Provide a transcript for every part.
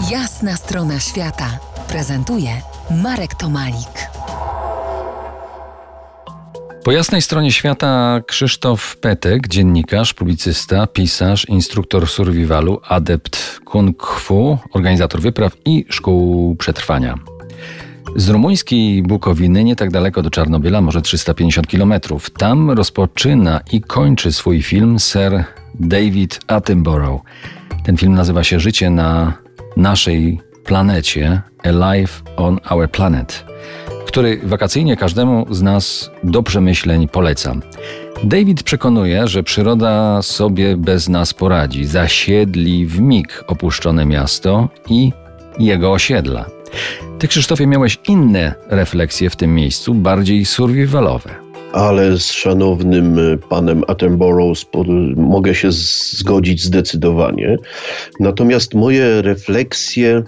Jasna strona świata prezentuje Marek Tomalik. Po jasnej stronie świata Krzysztof Petek, dziennikarz, publicysta, pisarz, instruktor survivalu, adept kung fu, organizator wypraw i szkół przetrwania. Z rumuńskiej Bukowiny, nie tak daleko do Czarnobyla, może 350 km. Tam rozpoczyna i kończy swój film Sir David Attenborough. Ten film nazywa się Życie na naszej planecie, A Life on Our Planet, który wakacyjnie każdemu z nas do przemyśleń polecam. David przekonuje, że przyroda sobie bez nas poradzi. Zasiedli w mig opuszczone miasto i jego osiedla. Ty, Krzysztofie, miałeś inne refleksje w tym miejscu, bardziej survivalowe. Ale z szanownym panem Attenborough mogę się zgodzić zdecydowanie. Natomiast moje refleksje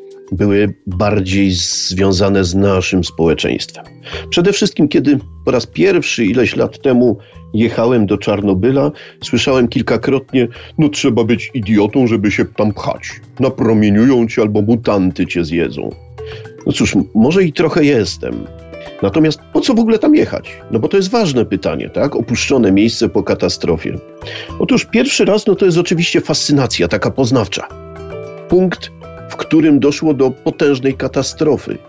były bardziej związane z naszym społeczeństwem. Przede wszystkim, kiedy po raz pierwszy ileś lat temu jechałem do Czarnobyla, słyszałem kilkakrotnie: no trzeba być idiotą, żeby się tam pchać. Napromieniują cię albo mutanty cię zjedzą. No cóż, może i trochę jestem. Natomiast po co w ogóle tam jechać? No bo to jest ważne pytanie, tak? Opuszczone miejsce po katastrofie. Otóż pierwszy raz, to jest oczywiście fascynacja, taka poznawcza. Punkt, w którym doszło do potężnej katastrofy.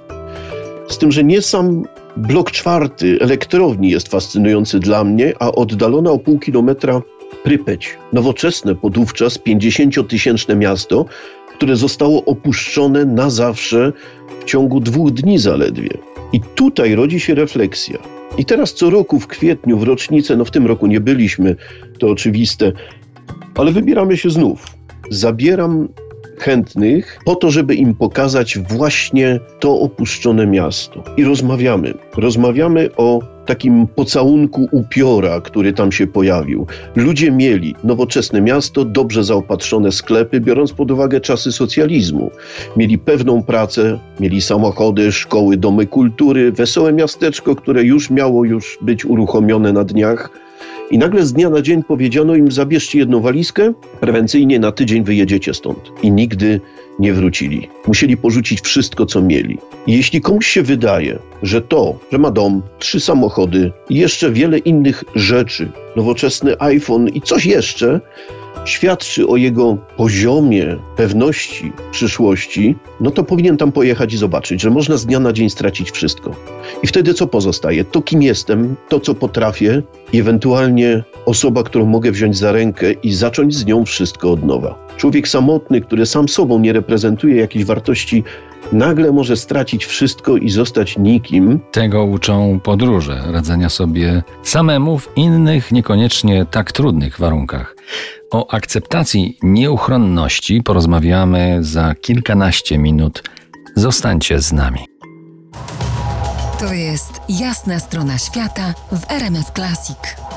Z tym, że nie sam blok 4 elektrowni jest fascynujący dla mnie, a oddalona o pół kilometra Prypeć. Nowoczesne podówczas 50-tysięczne miasto, które zostało opuszczone na zawsze w ciągu 2 dni zaledwie. I tutaj rodzi się refleksja. I teraz co roku w kwietniu, w rocznicę, w tym roku nie byliśmy, to oczywiste, ale wybieramy się znów. Zabieram chętnych po to, żeby im pokazać właśnie to opuszczone miasto. I rozmawiamy. Rozmawiamy o takim pocałunku upiora, który tam się pojawił. Ludzie mieli nowoczesne miasto, dobrze zaopatrzone sklepy, biorąc pod uwagę czasy socjalizmu. Mieli pewną pracę, mieli samochody, szkoły, domy kultury, wesołe miasteczko, które już miało być uruchomione na dniach. I nagle z dnia na dzień powiedziano im: zabierzcie jedną walizkę, prewencyjnie na tydzień wyjedziecie stąd. I nigdy nie wrócili. Musieli porzucić wszystko, co mieli. I jeśli komuś się wydaje, że ma dom, 3 samochody i jeszcze wiele innych rzeczy, nowoczesny iPhone i coś jeszcze, świadczy o jego poziomie pewności przyszłości, to powinien tam pojechać i zobaczyć, że można z dnia na dzień stracić wszystko. I wtedy co pozostaje? To, kim jestem, to, co potrafię i ewentualnie osoba, którą mogę wziąć za rękę i zacząć z nią wszystko od nowa. Człowiek samotny, który sam sobą nie reprezentuje jakiejś wartości, nagle może stracić wszystko i zostać nikim. Tego uczą podróże, radzenia sobie samemu w innych, niekoniecznie tak trudnych warunkach. O akceptacji nieuchronności porozmawiamy za kilkanaście minut. Zostańcie z nami. To jest Jasna strona świata w RMF Classic.